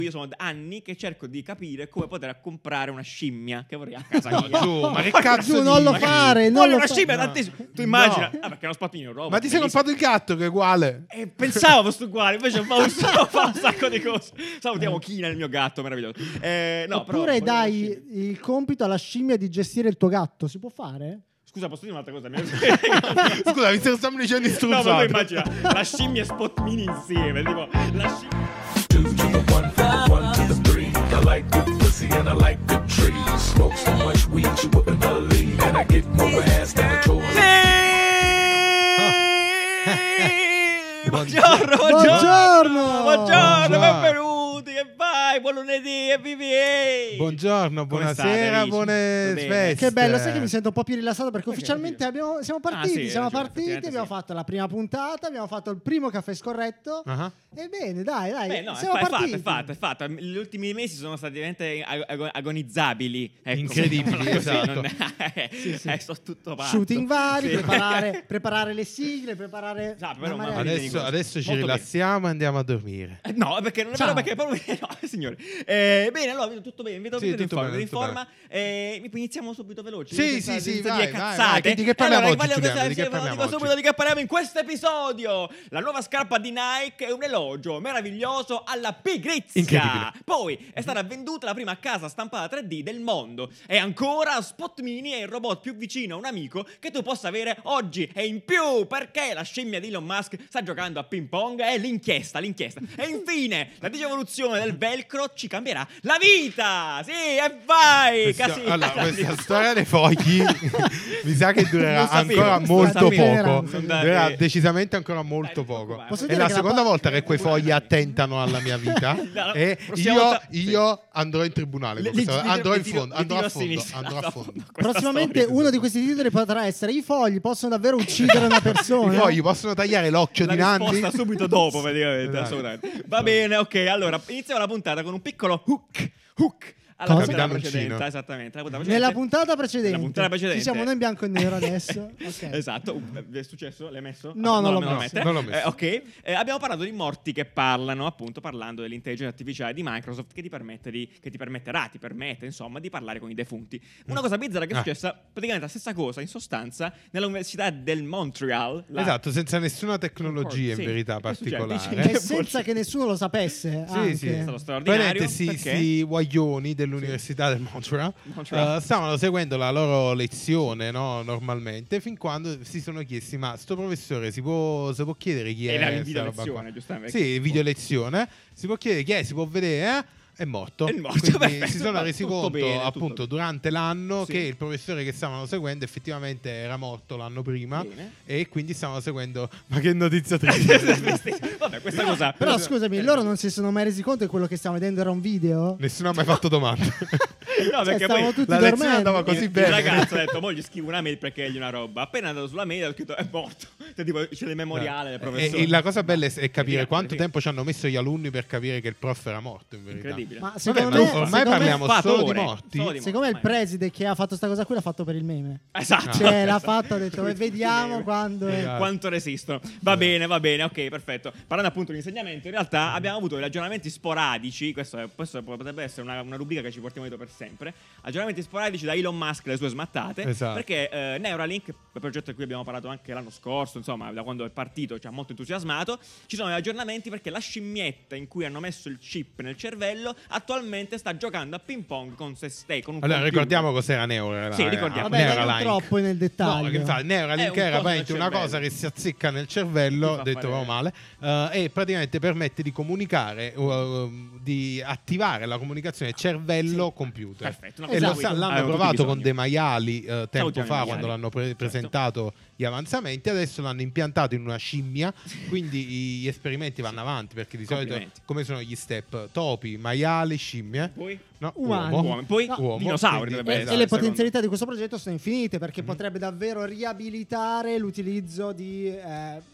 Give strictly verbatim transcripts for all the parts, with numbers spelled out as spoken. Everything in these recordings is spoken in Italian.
Io sono anni che cerco di capire come poter comprare una scimmia che vorrei a casa no, mia. giù, ma che cazzo giù, non lo dici? fare, non Voglio lo una fa- scimmia no. tantissimo. Tu immagina, No. ah, perché è uno spattino robot. Ma ti sei bellissimo. comprato il gatto che è uguale? E pensavo fosse uguale, invece fa un, fa un sacco di cose. Salutiamo Kina, il mio gatto meraviglioso. Eh, no, però, Oppure voglio una dai scimmia. il compito alla scimmia di gestire il tuo gatto. Si può fare? Scusa, posso dire un'altra cosa? Scusa, mi stiamo dicendo No, struzzato. ma tu immagina la scimmia e Spot Mini insieme, tipo la scimmia. Two to the one, one to the three. I like good pussy and I like good trees. Smoke so much weed you wouldn't believe, and I get more ass than a toy. Buongiorno, buongiorno, Buongiorno! buongiorno, benvenuti, e vai, buon lunedì, e vivi ehi. Buongiorno, Come buonasera, state, amici? buone Va bene. feste. Che bello, sai che mi sento un po' più rilassato perché Perché? ufficialmente abbiamo, siamo partiti, Ah, sì, siamo hai ragione, partiti, effettivamente abbiamo sì. fatto la prima puntata, abbiamo fatto il primo caffè scorretto. Ah. E bene, dai, dai, Beh, no, è, siamo fa- è fatto, partiti. è fatto, è fatto. Gli ultimi mesi sono stati veramente ag- ag- agonizzabili. Ecco, Incredibili, mettiamola così, esatto. non- eh, Sì, sì. eh, sto tutto fatto. Shooting vari, Sì. preparare, preparare le sigle, preparare Esatto, una però, marea ma- di- Adesso, cose. adesso ci Molto bene. rilassiamo e andiamo a dormire. Eh, No, perché non è Ciao. vero, perché proprio no, signore. Eh, bene, allora vedo tutto bene, vedo Sì, tutto in tutto forma, bene, in tutto forma. Eh, mi- iniziamo subito veloci. Sì, senza- sì, sì, senza vai, dire vai, cazzate. vai. Di che parliamo Allora, oggi, parliamo Giuliano? questa- Di che sì, parliamo dico subito oggi? di che parliamo in questo episodio. La nuova scarpa di Nike è un elogio meraviglioso alla pigrizia. Incredibile. Poi è stata venduta la prima casa stampata tre D del mondo. E ancora Spot Mini è il robot più vicino a un amico che tu possa avere oggi. E in più, perché la scimmia di Elon Musk sta giocando a ping pong? È l'inchiesta, l'inchiesta. E infine, la digivoluzione del velcro ci cambierà la vita. Sì, e vai! Questa, Casino. allora, questa storia dei fogli mi sa che durerà Non sapevo, ancora non molto sapevo. poco. Non dare- Durerà decisamente ancora molto Eh, poco. Posso È dire la che la seconda pa- volta che quei fogli attentano alla mia vita. La E prossima io, volta- io andrò in tribunale. con Li- questa- li- andrò li in tiro- fondo. li Andrò tiro a fondo. sinistra, Andrò a fondo. questa Prossimamente storia. uno di questi titoli potrà essere: i fogli possono davvero uccidere una I persona. fogli possono tagliare l'occhio La di Nanni. risposta subito dopo, praticamente. Esatto. Assolutamente. Va bene, ok. Allora, iniziamo la puntata con un piccolo hook. Hook. Alla Cosa? puntata Capitano precedente, Uncino. esattamente. La puntata Nella precedente. puntata precedente. Nella puntata precedente. Ci siamo noi in bianco e nero adesso. Ok. Esatto, Uh, è successo? L'hai messo? No, non l'ho me lo messo. mette. Non l'ho messo. Eh, ok, Eh, abbiamo parlato di morti che parlano, appunto parlando dell'intelligenza artificiale di Microsoft che ti permette di, che ti permetterà, ti permette insomma di parlare con i defunti. Una cosa bizzarra che è Ah. successa, praticamente la stessa cosa in sostanza nell'università del Montreal. la- Esatto, senza nessuna tecnologia Sì. in verità Che succede? particolare. E senza che nessuno lo sapesse. Sì, anche. sì. È stato straordinario. Praticamente si, perché? sti guaglioni dell'università del Montreal Montreal. eh, stavano seguendo la loro lezione, no, normalmente, fin quando si sono chiesti: ma sto professore si può, si può chiedere chi è? Era in sta video roba qua?" lezione, giustamente. Sì, video lezione. Si può chiedere chi è, si può vedere, eh? È morto. È morto, Quindi perfetto, si sono va resi tutto conto bene, tutto appunto bene. durante l'anno Sì. che il professore che stavano seguendo effettivamente era morto l'anno prima. Bene. E quindi stavano seguendo. Ma che notizia triste! Vabbè, questa cosa. Però scusami, loro non si sono mai resi conto che quello che stiamo vedendo era un video? Nessuno ha mai fatto domande. No, perché stavamo poi tutti la lezione dormendo. andava così il, bene. il ragazzo ha detto: mo gli scrivo una mail per chiedergli una roba. Appena è andato sulla mail ha scritto: è morto. Cioè, tipo, c'è il memoriale del professore. E, e la cosa bella è, è capire Sì, quanto sì. tempo ci hanno messo gli alunni per capire che il prof era morto in verità. Incredibile. Ma Vabbè, secondo ma me, ormai secondo me- parliamo Fatto solo di ore, morti. solo di secondo me il morti. preside che ha fatto sta cosa qui l'ha fatto per il meme. Esatto. Cioè, l'ha fatto, ha detto: "Eh, vediamo quando è". Esatto. Quanto resistono. Va bene, va bene, ok, perfetto. Parlando appunto di insegnamento, in realtà abbiamo avuto degli aggiornamenti sporadici. Questo, è- questo potrebbe essere una, una rubrica che ci portiamo dietro per sempre. Aggiornamenti sporadici da Elon Musk e le sue smattate. Esatto. Perché eh, Neuralink, il progetto di cui abbiamo parlato anche l'anno scorso, insomma, da quando è partito, ci ha molto entusiasmato. Ci sono degli aggiornamenti perché la scimmietta in cui hanno messo il chip nel cervello attualmente sta giocando a ping pong con se stesso. Con un Allora, computer. ricordiamo cos'era Neuralink. Sì, ricordiamo. Vabbè, non Neuralink. troppo nel No, dettaglio. che infatti Neuralink È un era coso praticamente nel una cervello. cosa che si azzecca nel cervello, Ti fa detto fare- proprio male, eh, e praticamente permette di comunicare, uh, di attivare la comunicazione cervello-computer. Perfetto, una E cosa lo di sa- cui l'hanno avevamo provato tutti con bisogno. dei maiali eh, tempo Salutiamo i fa, maiali. quando l'hanno pre- Certo. presentato gli avanzamenti. Adesso l'hanno impiantato in una scimmia, quindi gli esperimenti vanno avanti, perché di solito Complimenti. come sono gli step? Topi, maiali, scimmie. Poi? No, Umani. uomo. Uomo. Poi No. Uomo, dinosauri quindi- dovrebbe E, essere, e le secondo- potenzialità di questo progetto sono infinite perché potrebbe davvero riabilitare l'utilizzo di eh,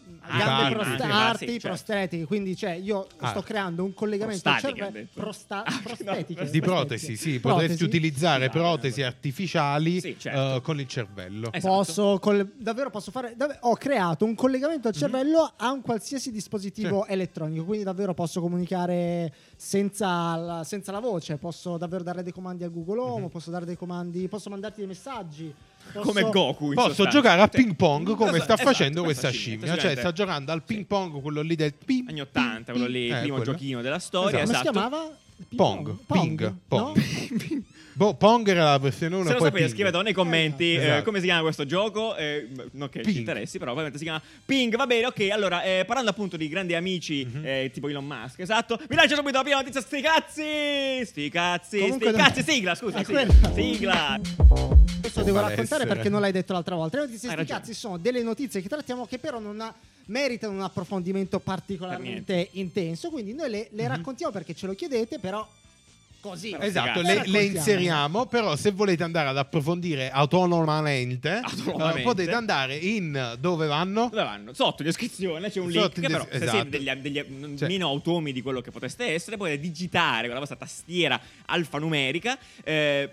gambe Arti, prost- arti, arti, sì, certo. prostetiche, quindi cioè io Ah. sto creando un collegamento al Prostatiche, ha cervello detto. prosta- Ah, no, prostetiche, Di prostetiche. protesi, sì, Protesi. potresti utilizzare Scusate, protesi eh, artificiali Sì, certo. eh, con il cervello. Esatto. Posso col- davvero posso fare dav- ho creato un collegamento al cervello a un qualsiasi dispositivo elettronico, quindi davvero posso comunicare senza la, senza la voce, posso davvero dare dei comandi a Google Home, posso dare dei comandi, posso mandarti dei messaggi, posso- Come Goku in Posso sostanza. giocare a Sì. ping pong come Esatto, sta esatto, facendo questa scimmia, cioè sicuramente. sta giocando al ping pong, quello lì del ping, Anni ottanta, quello lì, il eh, primo quello. giochino della storia. come Esatto. si chiamava? Pong, ping, No? pong. Boh, Pong era la versione uno. Se lo poi sapete, ping. scrivetelo nei commenti eh, Esatto. come si chiama questo gioco. Eh, non che ci Ping. interessi, però ovviamente si chiama Ping. Va bene, ok. Allora, eh, parlando appunto di grandi amici, Mhm. eh, tipo Elon Musk, esatto. Vi lancio subito la prima notizia. Sti cazzi! Sti cazzi! Comunque sti non- cazzi! Sigla, scusa. È Sigla. quella. Sigla. Questo devo Malessere. raccontare perché non l'hai detto l'altra volta. Le notizie Hai sti ragione. cazzi sono delle notizie che trattiamo che però non ha- meritano un approfondimento particolarmente intenso, quindi noi le, le raccontiamo perché ce lo chiedete, però così. Esatto, Sì, le, raccontiamo. le inseriamo, però se volete andare ad approfondire autonomamente, Autonomamente. eh, potete andare in dove vanno? Dove vanno? Sotto in descrizione c'è un Sotto link in che des- però se esatto. siete degli, degli mm, Cioè- meno automi di quello che poteste essere, potete digitare con la vostra tastiera alfanumerica eh,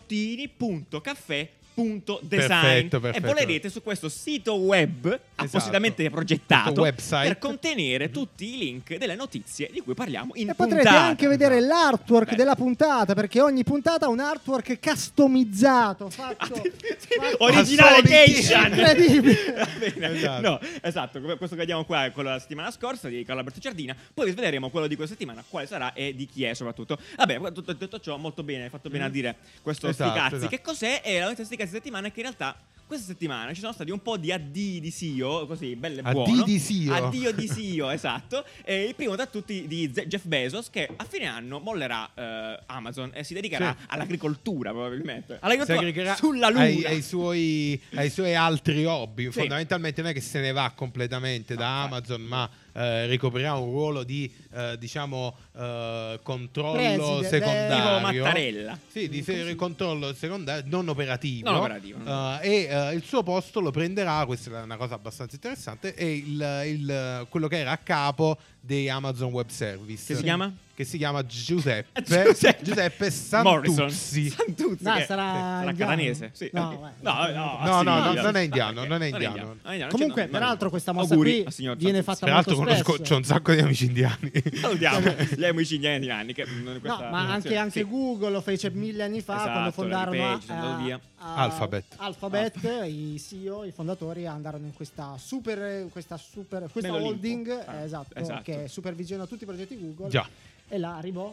biscottini.caffè punto design Perfetto, perfetto. e volerete su questo sito web appositamente Esatto. progettato Questo website. per contenere tutti i link delle notizie di cui parliamo in E puntata. potrete anche vedere l'artwork Bello. della puntata, perché ogni puntata ha un artwork customizzato, fatto, fatto- Originale Al solito. Cation. Incredibile. Va bene. Esatto. No, esatto, come questo che vediamo qua è quello della settimana scorsa di Carlo Alberto Ciardina. Poi vi sveleremo quello di questa settimana, quale sarà e di chi è soprattutto. Vabbè, tutto, tutto ciò molto bene, hai fatto bene a dire questo Esatto, sti cazzi. esatto. Che cos'è? E la notizia sti cazzi settimana è che in realtà questa settimana ci sono stati un po' di addii di S E O, così, bello e Addii buono. di S E O. Addio di S E O, esatto. E il primo tra tutti di Z- Jeff Bezos, che a fine anno mollerà eh, Amazon e si dedicherà Sì. all'agricoltura, probabilmente. Si All'agricoltura aggregherà sulla luna. ai, ai suoi, ai suoi altri hobby. Sì. Fondamentalmente non è che se ne va completamente da No, Amazon, ma eh, ricoprirà un ruolo di eh, diciamo eh, controllo Preside- secondario. Tipo Mattarella. Sì, di se- controllo secondario non operativo. Non operativo, no. Eh, e eh, il suo posto lo prenderà, questa è una cosa abbastanza interessante, è il, il- quello che era a capo di Amazon Web Service. Che si chiama? Che si chiama Giuseppe Giuseppe. Giuseppe Morrison. Santuzzi. Santuzzi. No, che- sarà sarà indiano. catanese. Sì. No, ok. vai. no, no, No, no, sì, no, non è indiano, ok. non è indiano. Non è indiano, Comunque, non- peraltro, non- questa mossa auguri qui al signor viene Santuzzi. fatta Peraltro molto conosco, spesso. c'ho un sacco di amici indiani. Salutiamo gli amici indiani di anni. Che, mm, questa No, ma anche, sì. anche Google lo fece mille anni fa Esatto, quando fondarono Larry Page, sono andato a- via. a- Alphabet. Alphabet, i C E O, i fondatori andarono in questa super questa super questa Nell'Olimpo. holding Ah, eh, esatto, esatto. che supervisiona tutti i progetti Google. Già. E là arrivò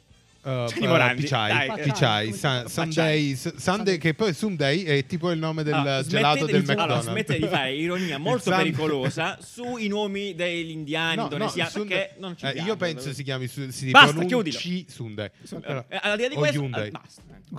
Uh, Gianni Morandi, Pichai, dai. Pichai, Come Sun- si chiama? Sunday, S- Sunday, che poi Sunday è tipo il nome del Allora, gelato smettete del di- allora, McDonald's. smettete di fare ironia molto Sun- pericolosa sui nomi degli indiani No, no, indonesiani, Sunday- perché non ci eh, piace. io penso si chiami su- si Basta, pronunci Sunday. Però- Eh, al di là di o questo, Hyundai. al- basta.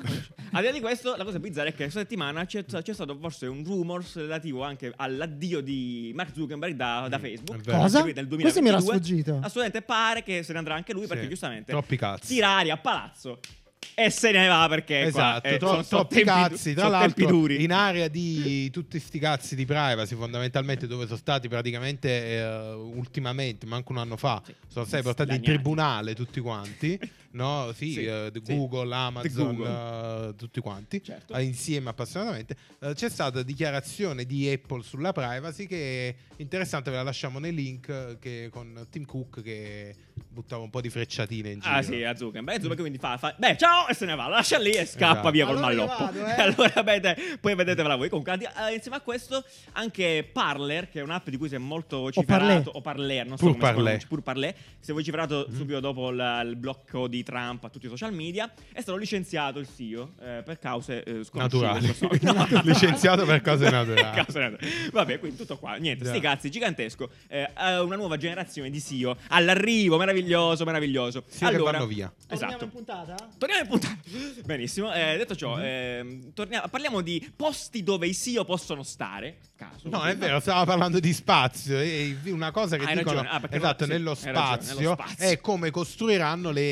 Al di là di questo, la cosa bizzarra è che questa settimana c'è, c'è stato forse un rumors relativo anche all'addio di Mark Zuckerberg da, da Mm, Facebook. è vero. Cosa? Nel Questo mi era duemilaventidue. sfuggito. Assolutamente pare che se ne andrà anche lui Sì, perché giustamente troppi cazzi. tira aria a palazzo e se ne va perché qua, Esatto, eh, tro- sono- sono troppi tempi du- cazzi. Tra sono tempi l'altro, duri. in area di tutti sti cazzi di privacy, fondamentalmente, dove sono stati praticamente eh, ultimamente, manco un anno fa, Sì. sono stati portati in Slagnati. tribunale tutti quanti. No, sì, Sì, eh, sì. Google, Amazon, Google. eh, tutti quanti, Certo. eh, insieme appassionatamente. Eh, c'è stata dichiarazione di Apple sulla privacy che è interessante, ve la lasciamo nei link, eh, che con Tim Cook che buttava un po' di frecciatine in giro. Ah sì, a Zuckerberg. Zuckerberg quindi fa, fa beh ciao e se ne va, la lascia lì e scappa Esatto. via col Allora io malloppo. vado, eh. Allora vedete, poi vedetevela voi. Comunque eh, insieme a questo anche Parler, che è un'app di cui si è molto vociferato, o Parler, non so Pur come si Parler. pronuncia, Pur Parler, si è vociferato subito dopo la- il blocco di Trump a tutti i social media, è stato licenziato il C E O eh, per cause eh, sconosciute. Naturali. So- no. Licenziato per cose naturali. Cause naturali. Vabbè, quindi tutto qua, niente, Già. sti cazzi, gigantesco. Eh, eh, una nuova generazione di C E O all'arrivo, meraviglioso, meraviglioso. Sì, che allora, vanno via. Torniamo Esatto. in puntata? Torniamo in puntata. Benissimo. Eh, detto ciò, ehm, torniamo- parliamo di posti dove i C E O possono stare. Caso. No, è vero, stavamo parlando di spazio. E una cosa che Hai dicono ragione, ah, perché esatto, no, sì, nello hai ragione, spazio, nello spazio. è come costruiranno le, le varie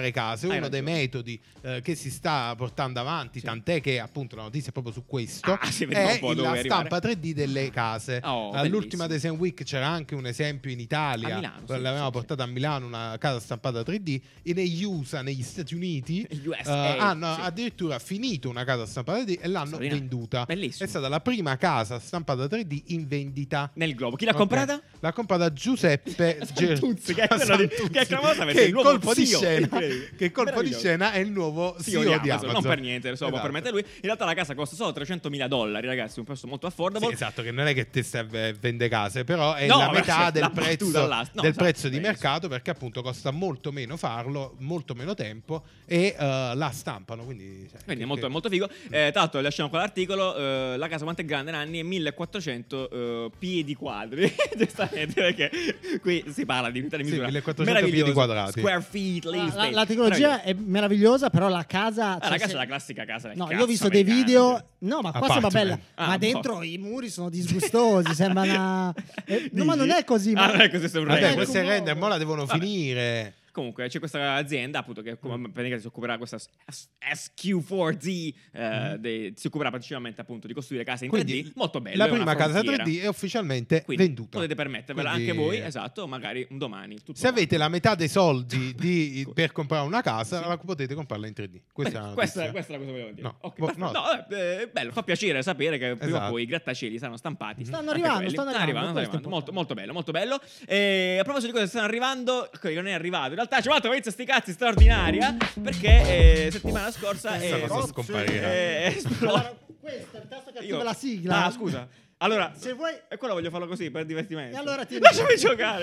stampare case, Hai uno dei ragione. metodi eh, che si sta portando avanti, tant'è che appunto la notizia è proprio su questo, Ah, si vede un è po' dove la arrivare. stampa tre D delle case. Oh, All'ultima bellissimo. Design Week c'era anche un esempio in Italia, A Milano, sì, l'avevamo sì, portata a Milano, una casa stampata tre D, e negli U S A, negli Stati Uniti, U S A, eh, hanno sì. addirittura finito una casa stampata tre D e l'hanno Straordinario. venduta. Bellissimo. È stata la prima casa stampata tre D in vendita Nel globo. Chi l'ha Ok. comprata? L'ha comprata Giuseppe Santuzzi, che è quello di- Santuzzi, che è famosa perché che è il il nuovo colpo di C E O, scena incredibile. che colpo di Meraviglioso. scena è il nuovo C E O Sì, di Amazon, Amazon. non per niente, se lo può Esatto. permettere lui. In realtà la casa costa solo trecentomila dollari, ragazzi, un prezzo molto affordable. Sì, esatto, che non è che te serve vende case, però è No, la ma metà c'è la del battuta prezzo, là. No, del esatto, prezzo di benissimo. mercato, perché appunto costa molto meno farlo, molto meno tempo, e eh, la stampano, quindi, cioè, Quindi che- è molto, che- molto figo. Eh, tra l'altro, lasciamo qua l'articolo. eh, la casa quanto è grande, Nanni? È millequattrocento eh, piedi quadri. Giustamente, perché qui si parla di unità di Sì, misura. millequattrocento Meraviglioso. piedi quadrati. Square feet, La, living la, space. la tecnologia Meraviglioso. è meravigliosa, però la casa. Ah, cioè, la casa se- è la classica casa del No, cazzo io ho visto dei americana, video. cioè. No, ma qua sembra Apartment. bella. Ah, ma boh. dentro i muri sono disgustosi. Sembra una. Eh, no, ma non è così. Ah, Ma... non è così, sei un Vabbè, re. queste come- render mo la devono Vabbè. finire. Comunque c'è questa azienda appunto che come praticamente si occuperà questa S Q quattro Z eh, dei- si occuperà principalmente appunto di costruire case in Quindi tre D molto belle. la è una prima casa frontiera. tre D è ufficialmente Quindi venduta. potete permettervela Quindi- anche voi, esatto, magari un domani. Tutto Se avete quanto. la metà dei soldi di- per comprare una casa, la potete comprarla in tre D. Questa è la Eh, questa, notizia. questa è la cosa che volevo dire. No, Ok, boh, perfetto. no. No, eh, eh, bello, fa piacere sapere che prima o Esatto. poi i grattacieli saranno stampati. Stanno Anche arrivando, quelli. stanno arrivando, arrivando, stanno questo è arrivando. Molto, importante. molto bello, molto bello. E a proposito di cose che stanno arrivando, quello che non è arrivato, in realtà c'è un'altra notizia sti cazzi straordinaria, perché eh, settimana scorsa Questa è, cosa scomparirà. è esploso. Allora, questo è il tasto che attiva Io- la sigla. Ah, scusa. Allora, Se vuoi. e quello voglio farlo così per divertimento. E allora tieni- lasciami giocare.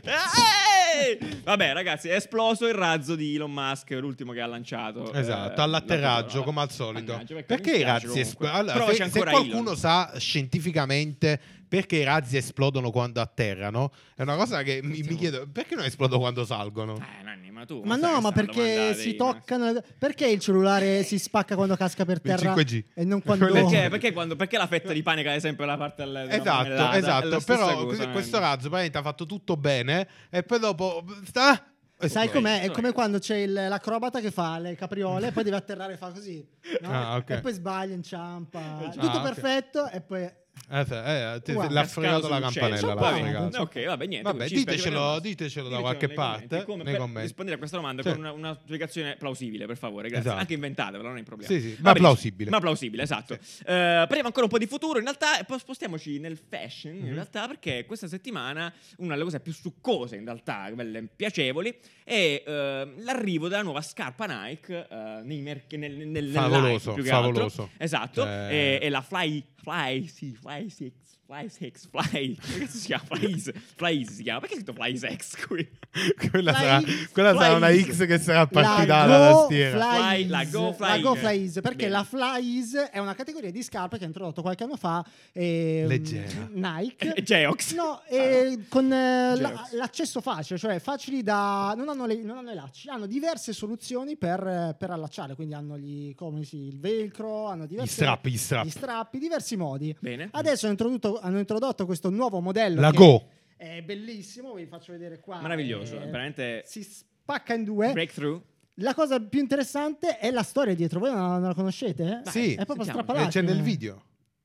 Ehi! Vabbè, ragazzi, è esploso il razzo di Elon Musk, l'ultimo che ha lanciato. Esatto, eh, all'atterraggio la- come al solito. Mannaggia, perché Perché mi i spiace razzi comunque. esplodono? Allora, Provaci se, se ancora qualcuno Elon. sa scientificamente perché i razzi esplodono quando atterrano, è una cosa che mi, mi chiedo, perché non esplodono quando salgono? Eh, Nanni, ma tu. Ma sai no, che ma stanno perché domandate si di- toccano. Perché il cellulare si spacca quando casca per Il terra cinque G. e non quando. Quelle- Perché, perché, quando, perché la fetta di pane cade sempre la parte del, della Esatto, marmellata? È esatto. la stessa Però cosa, questo Nanni. razzo praticamente ha fatto tutto bene e poi dopo sta. Sai esplode. com'è? È Dov'è? come quando c'è il- l'acrobata che fa le capriole e poi deve atterrare e fa così. No? Ah, ok. E poi sbaglia, inciampa. Ah, Tutto ok. perfetto e poi. Eh, sì, eh, ti- Guarda, l'ha Cascato fregato la sul campanella. cielo. l'ha Vabbè, fregato. ok, vabbè, niente. Vabbè, ci spiace ditecelo, per il ditecelo da Ditecelo qualche nei parte. commenti, come nei per commenti. rispondere a questa domanda Sì. con una, una spiegazione plausibile, per favore, grazie. Esatto. Anche inventatevela, non è un problema. Sì, sì, Va ma benissimo. plausibile. Ma plausibile, esatto. Eh, parliamo ancora un po' di futuro, in realtà, e poi spostiamoci nel fashion, Mhm. in realtà, perché questa settimana una delle cose più succose, in realtà, quelle piacevoli, è eh, l'arrivo della nuova scarpa Nike eh, nei merc- nel, nel, nel Favoloso, Nike, più che favoloso. altro. Esatto, Cioè- e, e la Fly, Fly, sì, Fly six. Fly X, Fly, che si chiama? Fly, Fly si chiama? Perché è scritto Fly X qui? quella Fly- sarà, quella Fly sarà una Easy. X che sarà partita La dalla Go tastiera. Fly Fly- la Ease. Go Fly La Go Ease. Fly Ease, perché Bene. la Fly Ease è una categoria di scarpe che ha introdotto qualche anno fa ehm, Leggera. Nike. Eh, Geox. No, e con eh, la- Geox. l'accesso facile, cioè facili da. Non hanno, le- non hanno i lacci, hanno diverse soluzioni per, eh, per allacciare. Quindi hanno gli, come si, il velcro, hanno Gli diversi strappi, gli strappi. gli strappi, diversi modi. Bene. Adesso hanno introdotto, hanno introdotto questo nuovo modello. La che Go. È bellissimo, vi faccio vedere qua. Meraviglioso, Eh, veramente Si spacca in due. breakthrough. La cosa più interessante è la storia dietro. Voi non, non la conoscete? Dai, Sì, È proprio sentiamo. Eh, strappalacrime. c'è nel video.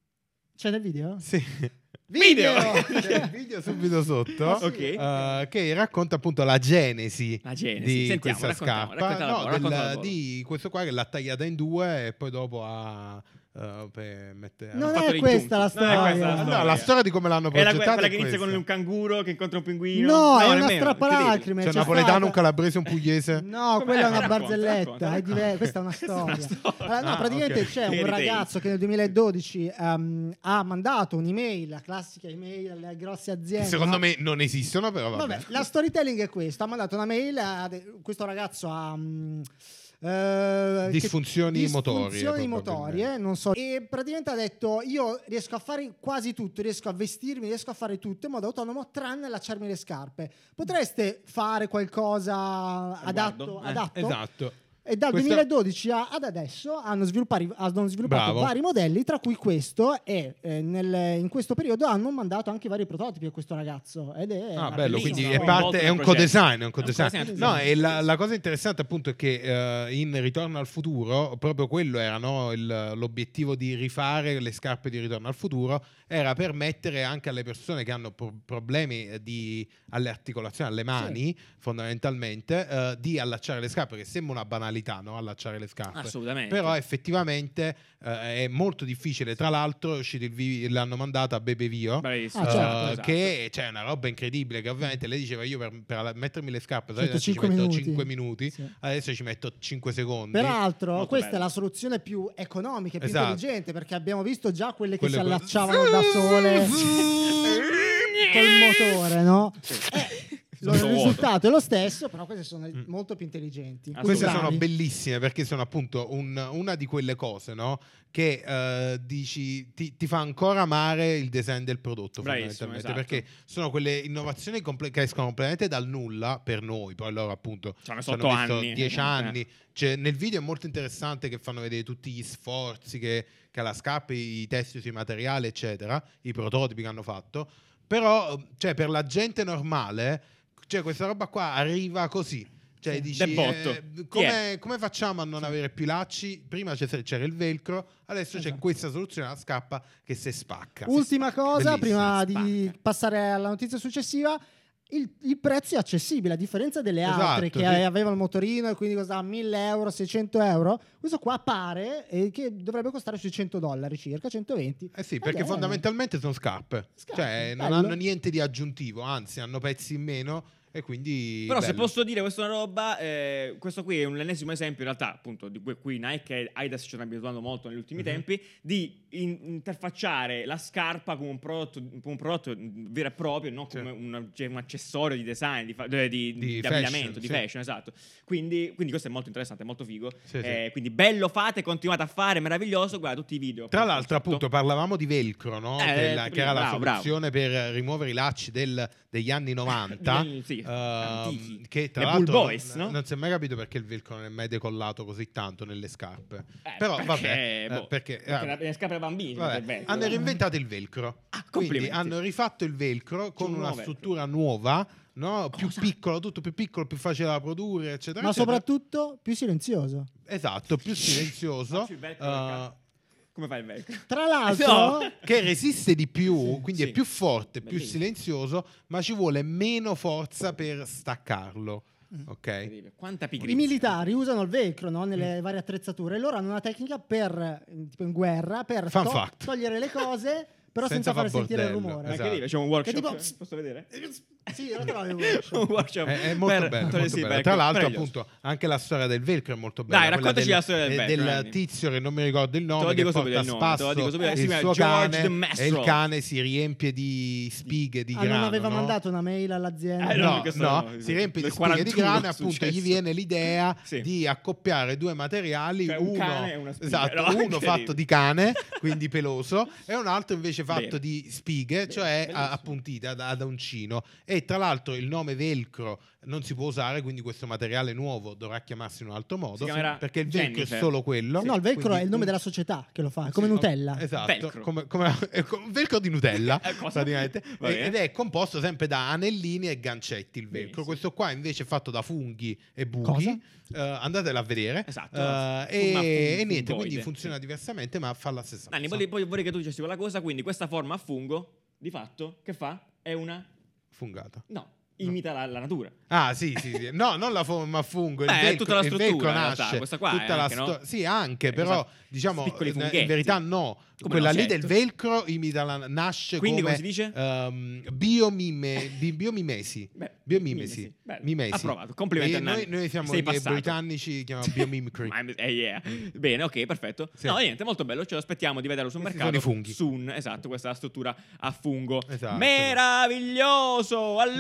C'è nel video? Sì. Video! C'è il video subito sotto. Ok. eh, che racconta appunto la genesi, La genesi. di Sentiamo, questa raccontiamo, scarpa. raccontala No, un po', del- raccontala un po'. di questo qua che l'ha tagliata in due e poi dopo ha. eh, per mettere- Non fatto è dei questa la giunchi. Non è storia. questa la No, storia. la storia di come l'hanno È la, progettata quella è che inizia con questa. un canguro che incontra un pinguino. No, è una nemmeno, strappalacrime. C'è un c'è napoletano, stata- un calabrese, un pugliese. No, Com'è? quella è una Racconta, barzelletta. racconta, è diver- racconta. Questa è una storia. storia. Allora, no, Ah, praticamente ok. c'è un Fairy tale. ragazzo che nel duemiladodici ehm, ha mandato un'email, la classica email alle grosse aziende. Secondo no? me non esistono, però vabbè. Vabbè, la storytelling è questa. Ha mandato una mail a de- questo ragazzo ha mm, eh, che- Disfunzioni motorie, disfunzioni motorie, probabilmente. non so. E praticamente ha detto: io riesco a fare quasi tutto, riesco a vestirmi, riesco a fare tutto in modo autonomo, tranne allacciarmi le scarpe. Potreste fare qualcosa adatto? Riguardo? Eh, adatto? Esatto. E dal Questo- duemiladodici a- ad adesso hanno sviluppato, hanno sviluppato Bravo. vari modelli, tra cui questo, e eh, nel- in questo periodo hanno mandato anche vari prototipi a questo ragazzo. Ed è Ah, una bello, bellissima quindi è, storia. Molto parte, è nel un progetto. co-design, è un È un co-design. co-design, No, sì. e la, la cosa interessante appunto è che eh, in Ritorno al futuro, proprio quello era no, il- l'obiettivo di rifare le scarpe di Ritorno al futuro, era permettere anche alle persone che hanno pro- problemi eh, di, alle articolazioni, alle mani, fondamentalmente, eh, di allacciare le scarpe, che sembra una banalità, no? Allacciare le scarpe. Assolutamente. Però effettivamente eh, è molto difficile. Tra l'altro è uscito il vi- l'hanno mandata a Bebe Vio, Bravissimo. Ah, eh, certo, esatto. che c'è una roba incredibile, che ovviamente lei diceva io per, per mettermi le scarpe solitamente ci cinque metto minuti. cinque minuti, Sì. adesso ci metto cinque secondi. Peraltro, Molto questa bello. è la soluzione più economica e più Esatto. intelligente, perché abbiamo visto già quelle che Quelle si co- allacciavano da sole col motore, no? Eh, lo- il Sottovuoto. risultato è lo stesso, però queste sono molto più intelligenti. Queste sono Culturali. bellissime perché sono appunto un- una di quelle cose, no? Che eh, dici ti, ti fa ancora amare il design del prodotto, Bravissimo, fondamentalmente, esatto. perché sono quelle innovazioni comple- che escono completamente dal nulla per noi. Poi loro appunto Ci hanno ci messo hanno otto messo anni. dieci Eh. anni. Cioè, nel video è molto interessante che fanno vedere tutti gli sforzi che, che ha la scarpa, i testi sui materiali, eccetera, i prototipi che hanno fatto. Però, cioè, per la gente normale, cioè, questa roba qua arriva così. Cioè, Sì. dici, De botto. eh, Chi come, come facciamo a non avere più lacci? Prima c'è- c'era il velcro, adesso c'è Esatto. questa soluzione alla scarpa che si spacca. Ultima cosa, Bellissima, prima di spacca. passare alla notizia successiva. Il, il prezzo è accessibile, a differenza delle Esatto, altre che sì. avevano il motorino e quindi costava mille euro, seicento euro. Questo qua pare eh, che dovrebbe costare sui cento dollari circa, centoventi. Eh sì, Ed perché è- fondamentalmente sono scarpe. Scarpe, Cioè, non bello. hanno niente di aggiuntivo, anzi, hanno pezzi in meno e quindi. Però se bello. posso dire, questa è una roba, eh, questo qui è un ennesimo esempio in realtà, appunto, di cui, cui Nike e Adidas ci stanno abituando molto negli ultimi Mhm. tempi, di in- interfacciare la scarpa come un prodotto, come un prodotto vero e proprio, non come Sì. un, cioè, un accessorio di design, di, fa- di, di- Di di fashion, abbigliamento, di sì. fashion, esatto. Quindi, quindi questo è molto interessante, è molto figo. Sì, sì. Eh, quindi bello, fate, continuate a fare, meraviglioso, guarda tutti i video. Tra l'altro, Tutto. appunto, parlavamo di velcro, no? Eh, che, la- prima, che era la bravo, soluzione per rimuovere i lacci del- degli anni novanta. Degli- sì, ehm, antichi. che tra Le l'altro Bull Boys, non, no? non si è mai capito perché il velcro non è mai decollato così tanto nelle scarpe. Eh, Però perché, vabbè, eh, boh, perché, perché eh, la- le scarpe ai bambini, vabbè, il velcro. hanno reinventato il velcro. Ah, Quindi complimenti. hanno rifatto il velcro con un una nuovo velcro. struttura nuova, no? Più piccolo, tutto più piccolo, più facile da produrre, eccetera. Ma eccetera. soprattutto più silenzioso. Esatto, più silenzioso. Faccio il velcro eh, del cazzo. Come fai il velcro? Tra l'altro, No. che resiste di più, quindi Sì. è più forte, più Bellissimo. silenzioso, ma ci vuole meno forza per staccarlo. Ok? Incredibile. Quanta i pigrizia. militari usano il velcro, no, nelle Mm. varie attrezzature, e loro hanno una tecnica per, eh, tipo in guerra, per Fun to- fact. togliere le cose, però Senza senza, fare far sentire il bordello, rumore. Ma esatto. incredibile, c'è un workshop. Che tipo- eh? Posso vedere? Sì, lo trovi un un workshop. workshop È, è molto per bello, togliere molto il bello. velcro. Tra l'altro, Meraviglioso. appunto, anche la storia del velcro è molto bella. Dai, quella raccontaci del, la storia del eh, velcro, del Andy. tizio che non mi ricordo il Te lo nome, dico che subito porta il a nome, te lo dico spasso subito. Si il chiama suo George cane the e il Mastro. cane si riempie di spighe di Ah, grano. non aveva no? mandato una mail all'azienda. Eh, no, No, questo no, no, si riempie di del spighe di quarantuno grano e è appunto successo. gli viene l'idea Sì. di accoppiare due materiali, Cioè, un uno, cane e una spiga. esatto, No, uno incredibile. fatto di cane, quindi peloso, e un altro invece fatto Bene. di spighe, cioè bellissimo. a- appuntite ad, ad uncino. E tra l'altro il nome velcro non si può usare, quindi questo materiale nuovo dovrà chiamarsi in un altro modo, Si chiamerà perché il velcro Jennifer. è solo quello. No, il velcro quindi è il nome un- della società che lo fa, è come Sì, Nutella. Esatto, Velcro. come, come è co- velcro di Nutella, Eh, cosa? praticamente. Va E- bene. ed è composto sempre da anellini e gancetti il velcro. Benissimo. Questo qua invece è fatto da funghi e buchi. Cosa? Eh, andatela a vedere. Esatto. Eh, Una e, fun- e niente, fungoide, quindi funziona sì. diversamente, ma fa la stessa Nanni, cosa. vorrei, poi vorrei che tu dicessi quella cosa, quindi questa forma a fungo, di fatto, che fa? È una... Fungata. No, imita la, la natura. Ah, sì, sì, sì. No, non la forma a fungo. Beh, il è velcro, tutta la il struttura, velcro in realtà. nasce. Questa qua è tutta la anche, no? sto- Sì, anche, Eh, però, questa- diciamo, piccoli in- in funghetti. verità no. Come Quella no, lì certo. del velcro imita la, nasce Quindi come come si dice? ehm, biomime, bi- biomimesi. Beh, biomimesi. mimesi. Bello. Mimesi. Approvato. Complimenti E a Nanni. noi, noi siamo Sei i passato. britannici, chiamiamo biomimicry. Ma- eh, yeah. Bene, ok, perfetto. Sì. No, niente, molto bello. Ce lo aspettiamo di vederlo sul Questi mercato. sono i funghi. Soon, esatto, questa è la struttura a fungo. Esatto. Meraviglioso! Allora, per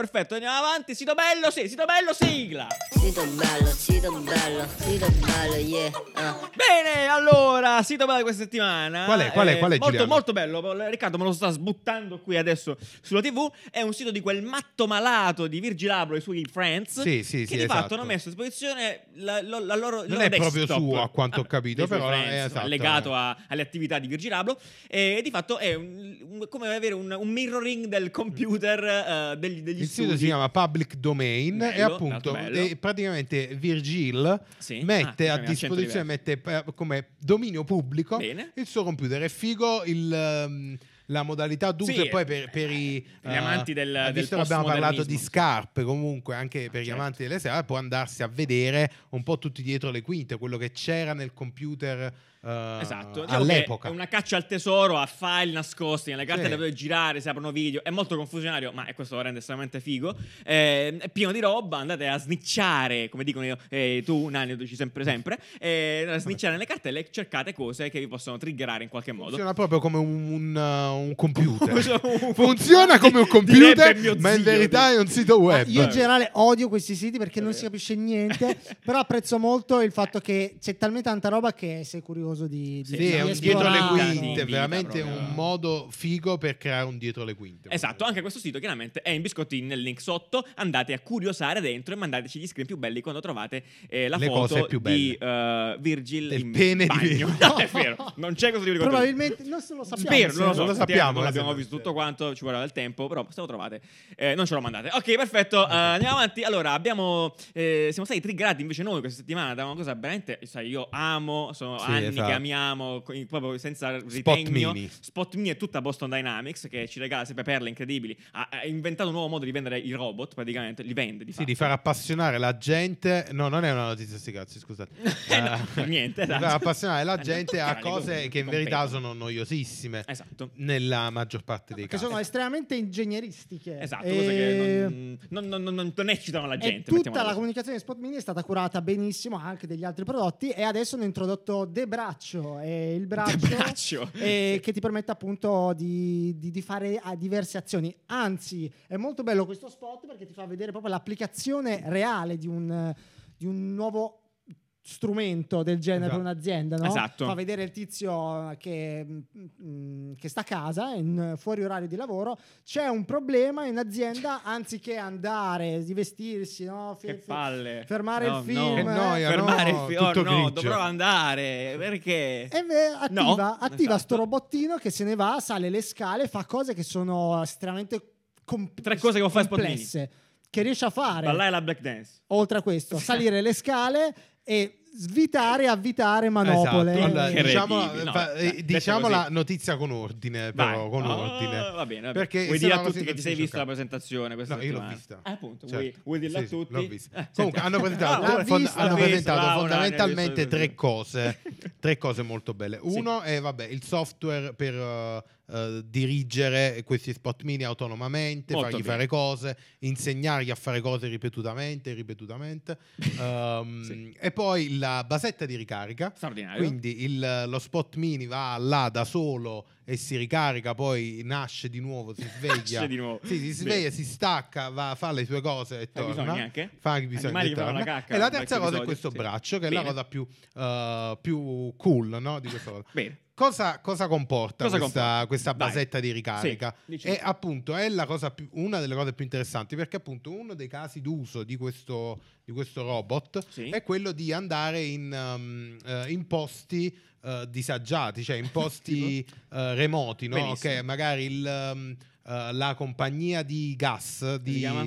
perfetto, andiamo avanti. Sito bello, sì, sito bello, sigla. Sito bello, sito bello, sito bello, yeah. ah. Bene, allora, sito bello di questa settimana. Qual è? Qual è? Qual è, molto, Giuliano? molto bello. Riccardo me lo sta sbuttando qui adesso sulla tivù. È un sito di quel matto malato di Virgil Abloh e i suoi friends. Sì, sì, che sì, di esatto. fatto hanno messo a disposizione la, la, la loro. il Non loro è proprio desktop. suo, a quanto ho capito, dei suoi però è friends, esatto, legato eh. a- alle attività di Virgil Abloh. E di fatto è un- un- come avere un, un mirroring del computer eh, degli, degli Il studi. sito si chiama Public Domain Bello, e appunto molto bello. e praticamente Virgil Sì. mette Ah, a diciamo, accento disposizione, mette eh, come dominio pubblico Bene. il suo computer. È figo il, ehm, la modalità d'uso Sì, e poi per, per i gli amanti del- eh, del visto che abbiamo parlato di postmodernismo. scarpe, comunque anche per gli certo. amanti delle scarpe può andarsi a vedere un po' tutti dietro le quinte, quello che c'era nel computer eh, Esatto, diciamo che all'epoca. è una caccia al tesoro a file nascosti nelle carte Sì. da dove girare, si aprono video, è molto confusionario, ma questo lo rende estremamente figo. Eh, è pieno di roba, andate a snicciare, come dicono io, eh, tu Nani lo dici sempre sempre, eh, a snicciare nelle cartelle e cercate cose che vi possono triggerare in qualche modo. Funziona proprio come un, un, uh, un computer. Un- Funziona come un Direbbe computer, mio ma in zio, verità è un sito Ah, web. io in generale odio questi siti perché non si capisce niente, però apprezzo molto il fatto che c'è talmente tanta roba che sei curioso di, di, Sì, di è un esplorare. dietro le esplorare. quinte, Vita veramente proprio. un modo figo per creare un dietro le quinte. Esatto, anche questo sito chiaramente è in biscottini nel link sotto, andate a curiosare dentro e mandateci gli screen più belli quando trovate eh, la Le foto cose più di eh, Virgil Del in pene di bagno. Virgil. No, è vero, non c'è cosa di ricordo. Probabilmente non se lo sappiamo. Spero, se- non lo so, Non lo effettivamente sappiamo, non eh, l'abbiamo se- visto tutto quanto, ci vorrà del tempo, però se lo trovate eh, non ce lo mandate. Ok, perfetto, eh, andiamo avanti. Allora, abbiamo eh, siamo stati triggerati invece noi questa settimana da una cosa veramente, sai, io amo, sono Sì, anni esatto. che amiamo, co- proprio senza Spot ritegno. Mini. Spot Mini è tutta Boston Dynamics che ci regala sempre perle incredibili. Ha, ha inventato un nuovo modo di vendere i robot, praticamente li vende di Sì, di fatto. far appassionare la gente. No, non è una notizia, sti cazzi, scusate. Eh, no, Eh, per niente, Di esatto. far appassionare la Eh, gente a cani, cose comunque, che in competono. verità sono noiosissime. Esatto. Nella maggior parte dei che casi. sono estremamente ingegneristiche. Esatto, E- cose che non, non, non, non, non eccitano la E gente. tutta mettiamola la così. comunicazione di Spot Mini è stata curata benissimo anche degli altri prodotti e adesso hanno introdotto De Braccio e il braccio, De Braccio. e Sì. che ti permette appunto di, di- di fare ah, diverse azioni. Anzi, è molto bello questo spot perché ti fa vedere proprio l'applicazione reale di un, di un nuovo strumento del genere Esatto. per un'azienda, no? Esatto. Fa vedere il tizio che, mm, che sta a casa in fuori orario di lavoro, c'è un problema in azienda, anziché andare di vestirsi, no? Fe- Che fe- palle. fermare No, il film, no. Che noia, Fermare no, il film. Oh, tutto no, grigio. dovrò andare. Perché? E beh, attiva, No, attiva esatto. sto robottino che se ne va, sale le scale, fa cose che sono estremamente com- Tre cose che può fare Spot Mini. complesse, che riesce a fare. Ballare la black dance. Oltre a questo, salire le scale e svitare e avvitare manopole. Esatto. Allora, Che diciamo revivi, no, fa- dai, eh, detto diciamo così. la notizia con ordine, però, Vai. con Ah, ordine. Va bene, va bene. Perché Vuoi se dire no a così tutti che non ti si sei visto la scioccare. presentazione questa No, io l'ho settimana? vista. Eh, appunto, Certo. vuoi, vuoi dirla Sì, a sì, tutti? l'ho vista. Eh, Comunque senti. hanno presentato, L'ha fond- vista, hanno l'ha vista, presentato bravo, fondamentalmente Dani, tre visto- cose, tre cose molto belle. Sì. Uno è vabbè, il software per uh, uh, dirigere questi Spot Mini autonomamente, Molto fargli bene. fare cose, insegnargli a fare cose ripetutamente, ripetutamente. Um, Sì. E poi la basetta di ricarica. Straordinario. Quindi il- lo Spot Mini va là da solo e si ricarica, poi nasce di nuovo, si sveglia. Nasce di nuovo. Sì, si Bene. sveglia, si stacca, va, fa le sue cose e Fai torna. bisogni anche? Fa i bisogni Animali e che fanno torna. la cacca, E la un terza vecchio cosa è episodio, questo sì. braccio, che è Bene. la cosa più, uh, più cool, no, di questa cosa. Bene. Cosa, cosa comporta Cosa questa, comporta? questa Vai. basetta di ricarica? Sì, dici. E appunto è la cosa più, una delle cose più interessanti, perché appunto uno dei casi d'uso di questo, di questo robot Sì. è quello di andare in, um, eh, in posti eh, disagiati, cioè in posti eh, remoti, no? Benissimo. Che magari il, um, eh, la compagnia di gas di si chiama?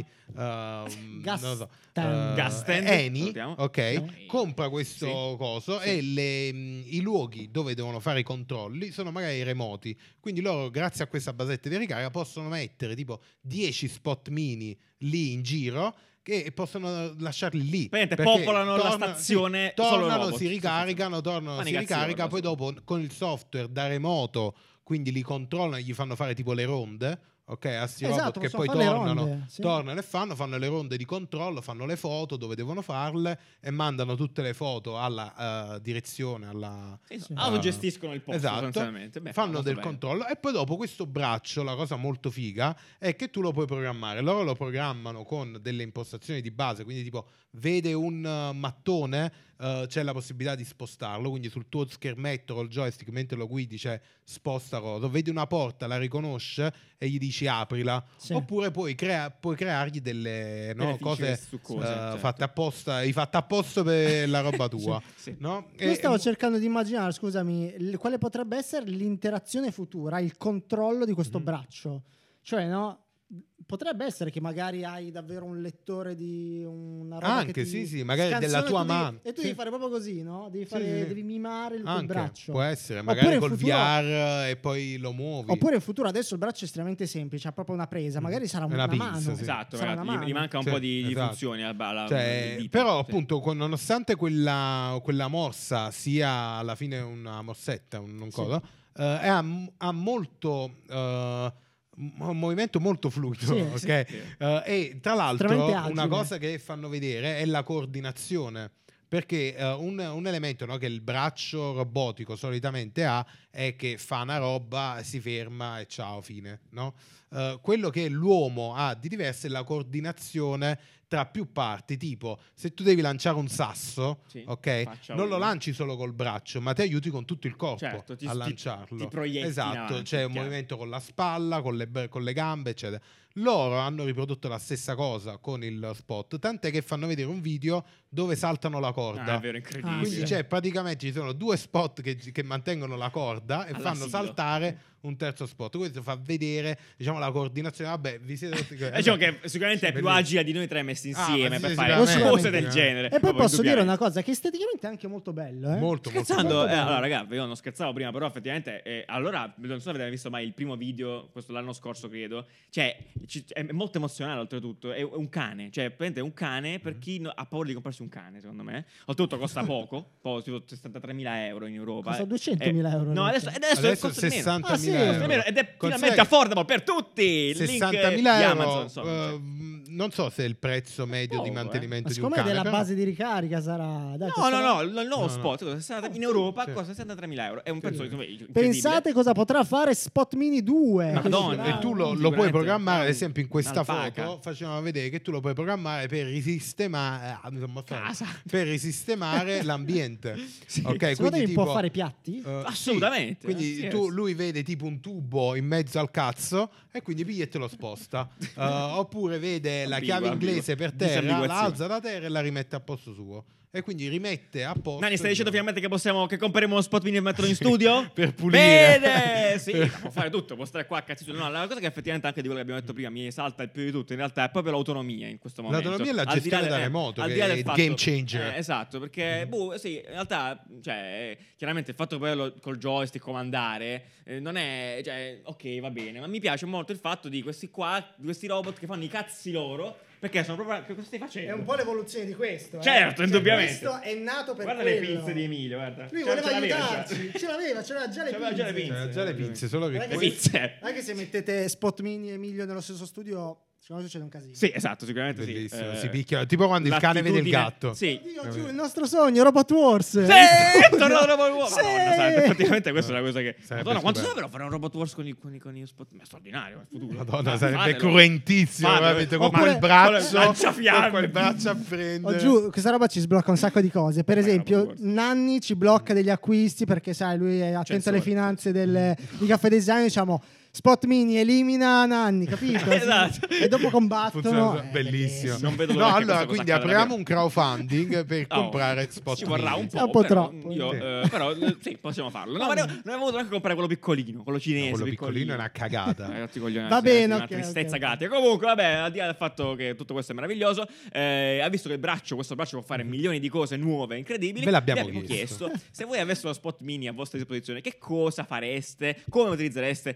ehm, Gas non lo so, Stand. eh, Gas Stand, Eni, salutiamo. ok, Sì. compra questo Sì. coso Sì. e le, mh, i luoghi dove devono fare i controlli sono magari remoti, quindi loro grazie a questa basetta di ricarica possono mettere tipo dieci Spot Mini lì in giro che possono lasciarli lì. Praticamente perché popolano la stazione sì, solo tornano, robot. si ricaricano, tornano, Fanno si i cazzi loro, ricarica, poi basta. dopo con il software da remoto, quindi li controllano e gli fanno fare tipo le ronde, ok, a sti Esatto, robot che possono poi fare le tornano, ronde, sì. tornano e fanno, fanno le ronde di controllo, fanno le foto dove devono farle e mandano tutte le foto alla uh, direzione, alla Sì, sì. uh, Autogestiscono il posto, esatto, sostanzialmente. Beh, fanno molto del bene. controllo e poi dopo questo braccio, la cosa molto figa è che tu lo puoi programmare. Loro lo programmano con delle impostazioni di base, quindi tipo vede un uh, mattone, uh, c'è la possibilità di spostarlo, quindi sul tuo schermetto col joystick mentre lo guidi c'è sposta cosa, vedi una porta, la riconosce e gli dici aprila, Sì. oppure puoi, crea- puoi creargli delle no, Delle cose feature succose, uh, certo. fatte apposta, hai fatto apposta per la roba tua. Sì. No? Io E- stavo cercando di immaginare, scusami, l- quale potrebbe essere l'interazione futura, il controllo di questo Mhm. braccio. Cioè, no, potrebbe essere che magari hai davvero un lettore di una roba Anche, che ti sì, sì, magari scansiona della e tua tu devi- mano. e tu Sì. devi fare proprio così, no? Devi, fare, Sì, sì. devi mimare il quel Anche, braccio. può essere, Oppure magari in col futuro- V R e poi lo muovi. Oppure in futuro adesso il braccio è estremamente semplice, ha proprio una presa, magari sarà È una, una pinza, mano. sì. Esatto, Sarà ragazzi, una gli, mano. gli manca un Sì, po' di, di esatto. funzioni alla, alla, Cioè, alle dita, però sì. appunto con- nonostante quella, quella morsa sia alla fine una morsetta, un, un Sì. coso, eh, è ha, ha molto eh, un movimento molto fluido, Sì, ok? sì. Eh, e tra l'altro Estremamente agile. una cosa che fanno vedere è la coordinazione. Perché eh, un, un elemento, no, che il braccio robotico solitamente ha è che fa una roba, si ferma e ciao, fine. No? Eh, quello che l'uomo ha di diverso è la coordinazione tra più parti. Tipo, se tu devi lanciare un sasso, Sì, ok, faccia non lo uno. lanci solo col braccio, ma ti aiuti con tutto il corpo Certo, ti- a ti- lanciarlo. ti proietti in esatto, avanti, c'è un chiaro. movimento con la spalla, con le, b- con le gambe, eccetera. Loro hanno riprodotto la stessa cosa con il spot, tant'è che fanno vedere un video dove saltano la corda. Ah, è vero, incredibile. Ah, Quindi sì. c'è praticamente ci sono due spot che, che mantengono la corda e All'asilo. fanno saltare un terzo spot. Questo fa vedere, diciamo, la coordinazione. Vabbè, vi siete tutti Eh, diciamo che sicuramente Sì, è più bellissimo. agile di noi tre messi Ah, insieme ma sì, per sì, fare sicuramente. cose del genere. E poi proprio posso dire indubbiamente. una cosa che esteticamente è anche molto bello, eh? molto, molto Scherzando, bello. eh, bello. allora ragazzi, io non scherzavo prima, però effettivamente, eh, allora, non so se avete visto mai il primo video, questo l'anno scorso credo, cioè, ci- è molto emozionale oltretutto, è un cane, cioè, praticamente è un cane per chi no- ha paura di comprarsi un cane, secondo me, oltretutto costa poco, poi tipo sessantatremila euro in Europa. Costa eh. duecentomila Eh, euro, No, adesso, invece. adesso, Adesso costa di meno. sessantamila Ah, sì? euro. Costa di meno, ed è Considera finalmente che affordable per tutti. Il link sessantamila di euro, Amazon, insomma, eh, cioè. non so se è il prezzo medio Poco, di eh. mantenimento Ma di un secondo me cane, della però- base di ricarica sarà... Dai, No, costa- no, no, il il nuovo No, no. spot costa- in Europa Sì. costa sessantatremila euro. È un prezzo incredibile. Pensate cosa potrà fare Spot Mini due. che Madonna. uscirà- E tu lo, lo puoi Sicuramente programmare, ad un- esempio in questa un'alpaca. foto facevamo vedere che tu lo puoi programmare per risistemare, ah, mi sono mostrato. Casa. per risistemare l'ambiente. Sì. Ok, Secondo quindi me tipo, può fare piatti? eh, Assolutamente. sì. Quindi Yes, tu, yes. lui vede tipo un tubo in mezzo al cazzo e quindi piglia e te lo sposta. Eh, oppure vede la Ambigua, chiave inglese ambigua. per terra, la Disambiguazione. alza da terra e la rimette a posto suo. E quindi rimette a posto. Nani, stai dicendo diciamo, finalmente che possiamo che compreremo uno spot mini e metterlo in studio? per pulire. Bene! Sì, può fare tutto, può stare qua a cazzi su. No, la cosa che effettivamente anche di quello che abbiamo detto prima mi esalta il più di tutto, in realtà è proprio l'autonomia in questo momento. L'autonomia e la Al di gestione là da del- remoto, al che di là è del il fatto- game changer. eh, esatto, perché boh, sì, in realtà, cioè, chiaramente il fatto che poi lo- col joystick comandare eh, non è, cioè, ok, va bene, ma mi piace molto il fatto di questi qua, di questi robot che fanno i cazzi loro, perché sono proprio, che cosa stai facendo? È un po' l'evoluzione di questo. eh. Certo, Cioè, indubbiamente. Questo è nato per Guarda le quello. pinze di Emilio, guarda. Lui Ce- voleva ce l'aveva già. aiutarci. Ce l'aveva, ce l'aveva già le Ce l'aveva già le pinze. pinze. C'era già le pinze, solo che Guarda Le che questo- pizze. Anche se mettete Spot Mini e Emilio nello stesso studio, secondo me succede un casino. Sì, esatto, sicuramente Bellissimo, sì. Eh, si picchiano, tipo quando il cane vede il l'attitudine- gatto. Sì. Oddio, giù, il nostro sogno, Robot Wars. Sì, è tornato Robot Wars. Sì. Madonna, sai, effettivamente questa è una cosa che Sarebbe Madonna, quanto stupendo. sarebbero fare un Robot Wars con i, con i, con i spot? Ma è straordinario, è il futuro. Madonna, Ah, sarebbe fatelo. cruentissimo, Fatelo. veramente, con Oppure- quel braccio, Lanciafiamme. con quel braccio a O prendere. giù, questa roba ci sblocca un sacco di cose. Per Vabbè, esempio, Robot Wars. Nanni ci blocca degli acquisti perché, sai, lui è attento alle Censore. finanze del, di Caffè Design. Diciamo, Spot Mini elimina Nanni, capito? Esatto. E dopo combattono. Funziona Eh, bellissimo. Non vedo No, l'ora che allora, questa cosa quindi accada apriamo davvero. un crowdfunding per Oh, comprare Spot ci vorrà Mini. un po', È un po' però troppo. io, Sì. eh, però eh, sì, possiamo farlo. No, ma ne- noi avevamo voluto anche comprare quello piccolino, quello cinese, Quello piccolino è una cagata. Eh, rotti i coglioni, Va sì, bene, una ok, tristezza ok. gatica. Comunque, vabbè, al di là del fatto che tutto questo è meraviglioso, eh, ha visto che il braccio, questo braccio può fare milioni di cose nuove, incredibili. Ve l'abbiamo Vi abbiamo chiesto. chiesto se voi aveste lo Spot Mini a vostra disposizione, che cosa fareste, come utilizzereste le grandi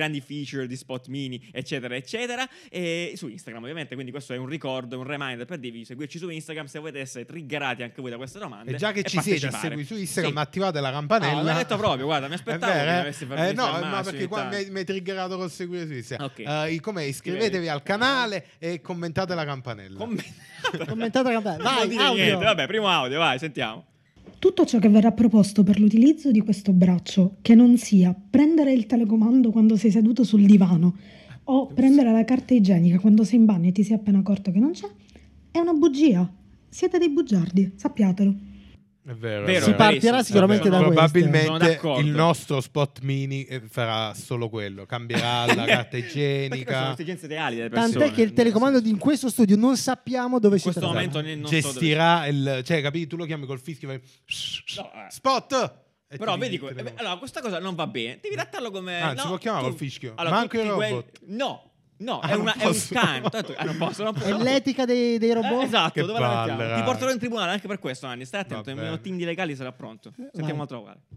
grandi feature di Spot Mini, eccetera, eccetera. E su Instagram, ovviamente. Quindi questo è un ricordo, un reminder per dirvi di seguirci su Instagram se volete essere triggerati anche voi da queste domande. E già che e ci siete a partecipare. seguire su Instagram, Sì. attivate la campanella. No, l'ho detto proprio, guarda, mi aspettavo È vero, che mi eh? avessi Eh, fatto no, fermarsi no, perché ogni qua tanto. mi hai- mi hai triggerato col seguire su Instagram. Ok. Eh, com'è? Iscrivetevi al canale e commentate la campanella. Commentate. Commentate la campagna. Non vuol Vai, dire audio. niente. Vabbè, primo audio, vai, sentiamo. Tutto ciò che verrà proposto per l'utilizzo di questo braccio, che non sia prendere il telecomando quando sei seduto sul divano o prendere la carta igienica quando sei in bagno e ti sei appena accorto che non c'è, è una bugia. Siete dei bugiardi, sappiatelo. È vero, Vero, è Si vero. partirà verissimo, sicuramente è da vero. questo. Sono Probabilmente d'accordo. il nostro Spot Mini eh, farà solo quello, cambierà la carta Perché queste sono igienica, esigenze reali delle persone. Tant'è che il telecomando di in questo studio non sappiamo dove in si questo trova. momento ne- non so dove gestirà il, cioè capito, tu lo chiami col fischio, fai No, eh. Spot. E Però ti vedi, dice il eh, telefono. allora questa cosa non va bene. Devi trattarlo come. Ah, non si no, può chiamare tu- col fischio? Allora, Manco i tutti quelli- robot. No, no, Ah, è, non una, è un posso. canto. Tanto- ah, non posso, non posso. È l'etica dei, dei robot. Eh, esatto, Che dove la palle, mettiamo? raga. Ti porterò in tribunale anche per questo, Anni. Stai attento, Va il mio bene. team di legali sarà pronto. Sentiamo un altro vocale.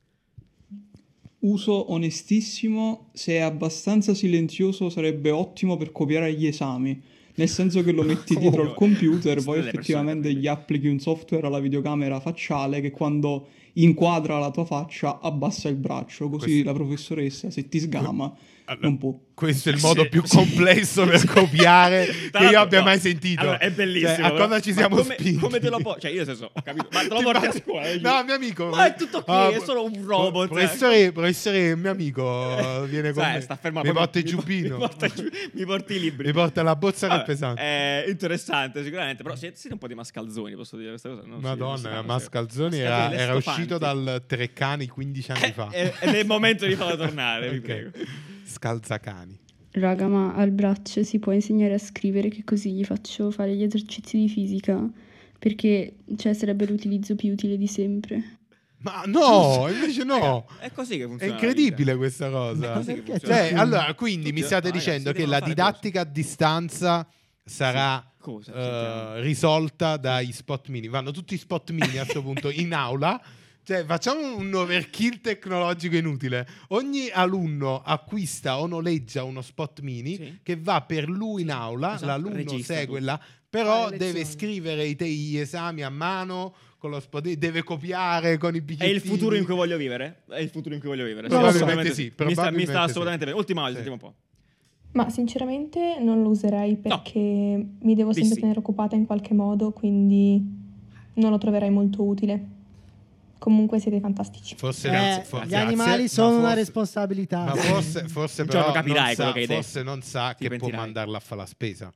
Uso onestissimo, se è abbastanza silenzioso sarebbe ottimo per copiare gli esami, nel senso che lo metti dietro al computer, Sono poi delle effettivamente persone. gli applichi un software alla videocamera facciale che quando inquadra la tua faccia abbassa il braccio, così Questo- la professoressa se ti sgama Allora, non può. Questo è il Sì, modo più sì. complesso per copiare Tra che l'altro, io abbia no. mai sentito. Allora, è bellissimo. Cioè, a però. cosa ci Ma siamo come, spinti? come te lo può? Cioè, io nel senso, ho capito. Ma te lo porti a scuola? eh, No, mio amico. Ma è tutto ok, Ah, è solo un robot. eh. Professore, professore, mio amico viene con Sai, me. sta fermato. Mi poi porta il mi- Mi giubbino. porta, il giu- mi porti i libri. Mi porta la bozza che è Vabbè, pesante. È interessante sicuramente, però siete, siete un po' di mascalzoni, posso dire questa cosa? Non si- non si Madonna, fa, Mascalzoni sì. era, Mascalzoni era lestofanti. uscito dal Treccani quindici anni fa. Eh, Ed è il momento di farlo tornare, vi Ok. prego. Scalzacani. Raga, ma al braccio si può insegnare a scrivere, che così gli faccio fare gli esercizi di fisica? Perché, cioè, sarebbe l'utilizzo più utile di sempre. Ma no, invece no. È così che È funziona. incredibile questa È cosa. così che Perché funziona. Cioè, allora, quindi mi Tutti- state ah, ragazzi, dicendo che devono la fare didattica a distanza sarà Cosa? eh, Sentiamo. risolta dai spot mini. Vanno tutti i spot mini a questo punto in aula. Cioè, facciamo un overkill tecnologico inutile. Ogni alunno acquista o noleggia uno spot mini Sì. che va per lui in aula. Esatto, L'alunno registra segue tutto. là, però Fa le deve lezioni. scrivere i, te- gli esami a mano con lo spot, deve copiare con i È bigliettini. il futuro in cui voglio vivere? È il futuro in cui voglio vivere. Probabilmente Assolutamente sì, Mi sta, mi probabilmente sta sì. assolutamente bene. Ultimo audio, Sì. sentiamo un po'. Ma sinceramente non lo userei perché mi devo Di sempre sì. tenere occupata in qualche modo, quindi non lo troverei molto utile. Comunque siete fantastici. Forse Eh, grazie, for- gli grazie, animali ma sono una forse- responsabilità. Ma forse, forse Un però giorno capirai non quello sa, che hai detto. forse non sa Ti che può pentirai. mandarla a fare la spesa.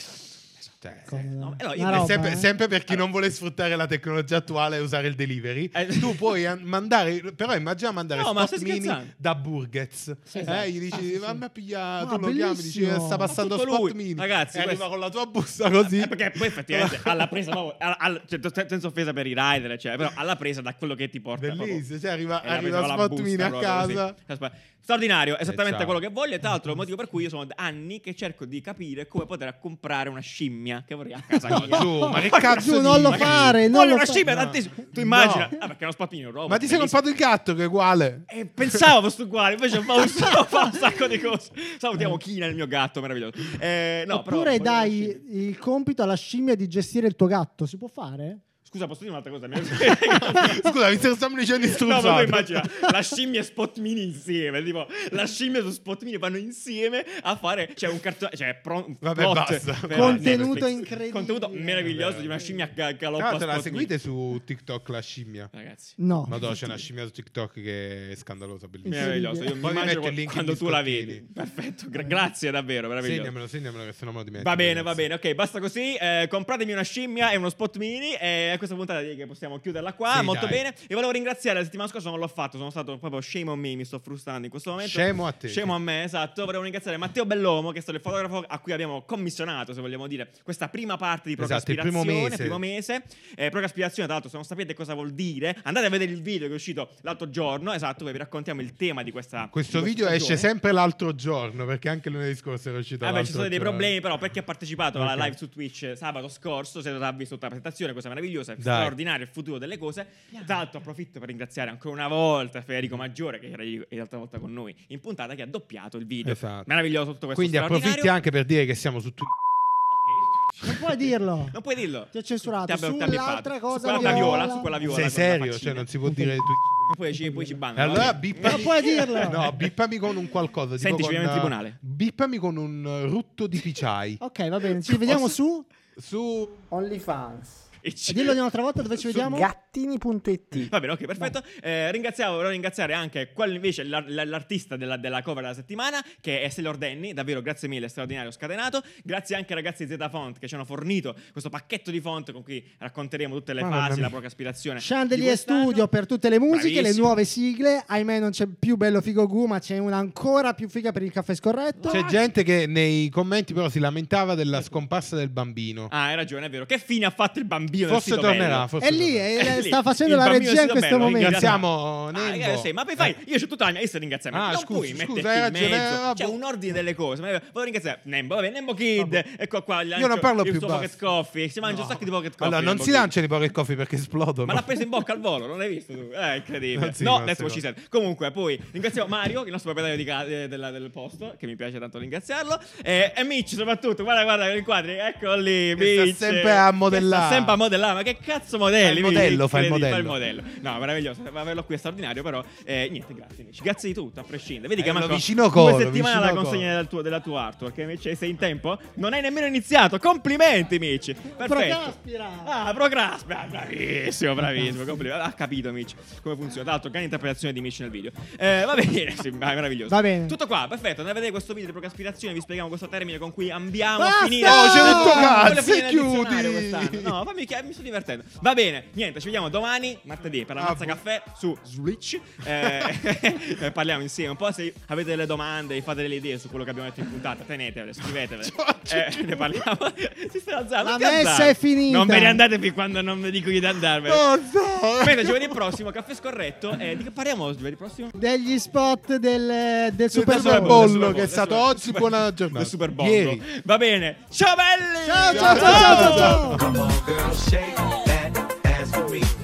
Cioè, Come no? No, allora, io- Una è roba, sempre, eh. sempre per chi Allora- non vuole sfruttare la tecnologia attuale e usare il delivery, Eh. tu puoi an- mandare, però immagina mandare No, ma spot stai mini scherzando? da Burgers. Sì, eh, esatto. gli dici, Ah, sì, sì. mamma piglia, Ah, tu lo chiami, dici, bellissimo. eh, sta passando Ma tutto spot lui. mini. Ragazzi, e arriva questo- con la tua busta così. Eh, perché poi effettivamente alla presa, proprio- alla- alla- cioè, t- senza offesa per i rider, eccetera, però alla presa da quello che ti porta. Bellissimo, cioè arriva, E la arriva presa con la spot busta mini a proprio casa. così. Aspetta. Straordinario, esattamente ciao. quello che voglio. E tra l'altro, il motivo per cui io sono da anni che cerco di capire come poter comprare una scimmia che vorrei a casa No, mia. giù, ma che cazzo Giù, non lo dici? fare, non Voglio lo una fa- scimmia no. tantissimo. Tu immagina? No. Ah, perché è uno spappino robot. Ma ti sei bellissimo. comprato il gatto che è uguale? E pensavo fosse uguale, invece fa un, fa un sacco di cose. Salutiamo Kina, il mio gatto meraviglioso. Eh, no, però Oppure voglio una dai scimmia. il compito alla scimmia di gestire il tuo gatto. Si può fare? Scusa, posso dire un'altra cosa? Scusa, mi stiamo dicendo No, istruzzato. ma tu immagina la scimmia e Spot Mini insieme. Tipo, la scimmia su Spot Mini vanno insieme a fare. C'è un cartone. Cioè, pro, Vabbè, plot basta. per Contenuto Netflix. incredibile. Contenuto meraviglioso di una scimmia che galoppa. Tra l'altro, la Spot seguite Mini. su TikTok la scimmia? Ragazzi, No. Madonna, c'è una scimmia su TikTok che è scandalosa, bellissima. meraviglioso. Io mi Poi mi immagino metti il link quando in tu la biscottini. vedi. Perfetto, gra- grazie davvero. Meraviglioso. Segnamelo, segnamelo che se no me lo dimentico. Va bene, va ragazzi. bene, ok, basta così. Eh, compratemi una scimmia e uno Spot Mini. E a questa puntata direi che possiamo chiuderla qua. Sì, molto dai. bene. E volevo ringraziare la settimana scorsa, non l'ho fatto. Sono stato proprio shame on me. Mi sto frustrando in questo momento. Scemo a te. Scemo a me, esatto. Volevo ringraziare Matteo Bellomo, che è stato il fotografo a cui abbiamo commissionato, se vogliamo dire, questa prima parte di Esatto, il Procaspirazione. primo mese. primo mese. Eh, Procaspirazione, tra l'altro, se non sapete cosa vuol dire, andate a vedere il video che è uscito l'altro giorno. Esatto, dove vi raccontiamo il tema di questa. Questo di video questa esce stagione. sempre l'altro giorno, perché anche lunedì scorso era uscito Vabbè, l'altro ci sono dei giorno. problemi, però, perché ha partecipato alla Ok. live su Twitch sabato scorso. Si è ha visto tutta la presentazione, cosa meravigliosa. meravigliosa, è Dai. straordinario il futuro delle cose. Tra l'altro approfitto per ringraziare ancora una volta Federico Maggiore, che era ieri- l'altra volta con noi in puntata, che ha doppiato il video. Esatto. Meraviglioso tutto questo. Quindi straordinario. approfitti anche per dire che siamo su Twitter. Non puoi dirlo. Non puoi dirlo. Ti ho censurato. Ti abbiamo- ti ha Sull'altra bippato. cosa Su quella viola. viola, su quella viola. Sei con la serio? faccina. Cioè, non si può dire Twitter. Non puoi ci, poi ci E bannano. allora vabbè. bippami. Non puoi dirlo. No, bippami con un qualcosa. tipo Senti, ci con, vediamo in tribunale. Bippami con un rutto di piciai. Ok, va bene. Ci vediamo su Su OnlyFans. E ci- Dillo di un'altra volta dove ci vediamo. Gattini punto it. Va bene, ok, perfetto. Eh, ringraziamo, volevo ringraziare anche quello invece l'ar- l'artista della, della cover della settimana, che è Sailor Danny. Davvero, grazie mille, straordinario, scatenato. Grazie anche ai ragazzi di Z Font che ci hanno fornito questo pacchetto di font con cui racconteremo tutte le Mamma fasi, mia. la procraspirazione. Chandelier di quest'anno. Studio per tutte le musiche, Bravissimo. le nuove sigle. Ahimè, non c'è più Bello Figo Gu, ma c'è una ancora più figa per il caffè scorretto. C'è gente che nei commenti però si lamentava della scomparsa del bambino. Ah, hai ragione, è vero. Che fine ha fatto il bambino? del Forse sito tornerà. bello? Forse È lì, tornerà. eh, È lì. sta facendo Il la bambino regia in del questo sito bello, momento. Ringraziamo Ah, Nembo. eh, sì, ma poi fai, io c'ho tutta la mia lista di ringraziamenti. Ah, non scusa, puoi scusa, metterti hai in ragione, mezzo. eh, vabbè. C'è un ordine delle cose. Ma volevo ringraziare Nembo, vabbè, Nembo Kid. Ecco qua, il Io non parlo il più, suo basta. pocket coffee. Si mangia un sacco di pocket coffee. Allora, non Nembo si Kid. lanciano i pocket coffee perché esplodono. Ma l'ha preso in bocca al volo, non l'hai visto tu? Eh, incredibile. Non si no, va, that's si what va. she said. Comunque, poi ringraziamo Mario, il nostro proprietario di ca- eh, della- del posto, che mi piace tanto ringraziarlo. E, e Mitch, soprattutto. Guarda, guarda, i quadri. Eccolo lì, Che sta Mitch. sempre a Che modellare. Sta sempre a modellare. Ma che cazzo modelli? Fa il modello, fa il Incredibile, modello. No, meraviglioso. Averlo qui è straordinario, però. Eh, niente, grazie, Mitch. Grazie di tutto, a prescindere. Vedi Eh, che lo manca vicino due colo, settimane vicino alla colo. consegna del tuo, della tua artwork. Mitch, sei in tempo? Non hai nemmeno iniziato. Complimenti, Mitch. Perfetto. Procraspira. Ah, Procraspira, bravissimo, bravissimo. Complimenti. Ha capito Mitch come funziona. Tra l'altro, grande interpretazione di Mitch nel video. Eh, va bene, sì, vai, meraviglioso. Va bene. Tutto qua, perfetto. Andate a vedere questo video di procrastinazione. Vi spieghiamo questo termine con cui ambiamo Basta! a finire. Oh, c'è tutto Voglio cazzo, finire nel chiudi! dizionario quest'anno. No, fammi chi- mi sto divertendo. Va bene, niente, ci vediamo domani, martedì, per la Ah, mazza bu- caffè su Switch. Eh, eh, parliamo insieme. Un po' se avete delle domande, fate delle idee su quello che abbiamo detto in puntata, tenetele, scrivetele. Eh, ne parliamo. Si sta alzando. La non ti messa alzare. è finita. Non ve ne andate fin quando non vi dico io di andarvene. Oh, no. Mentre giovedì prossimo, caffè scorretto. Eh, di che parliamo giovedì prossimo? Degli spot del, del Super Super Bowl, Bowl. Super Bowl, che è del stato Super- oggi, buona giornata. Del Super Bowl. Ieri. Va bene. Ciao belli! Ciao, ciao, ciao, ciao, ciao, ciao. Come on, girl, shake that ass for me.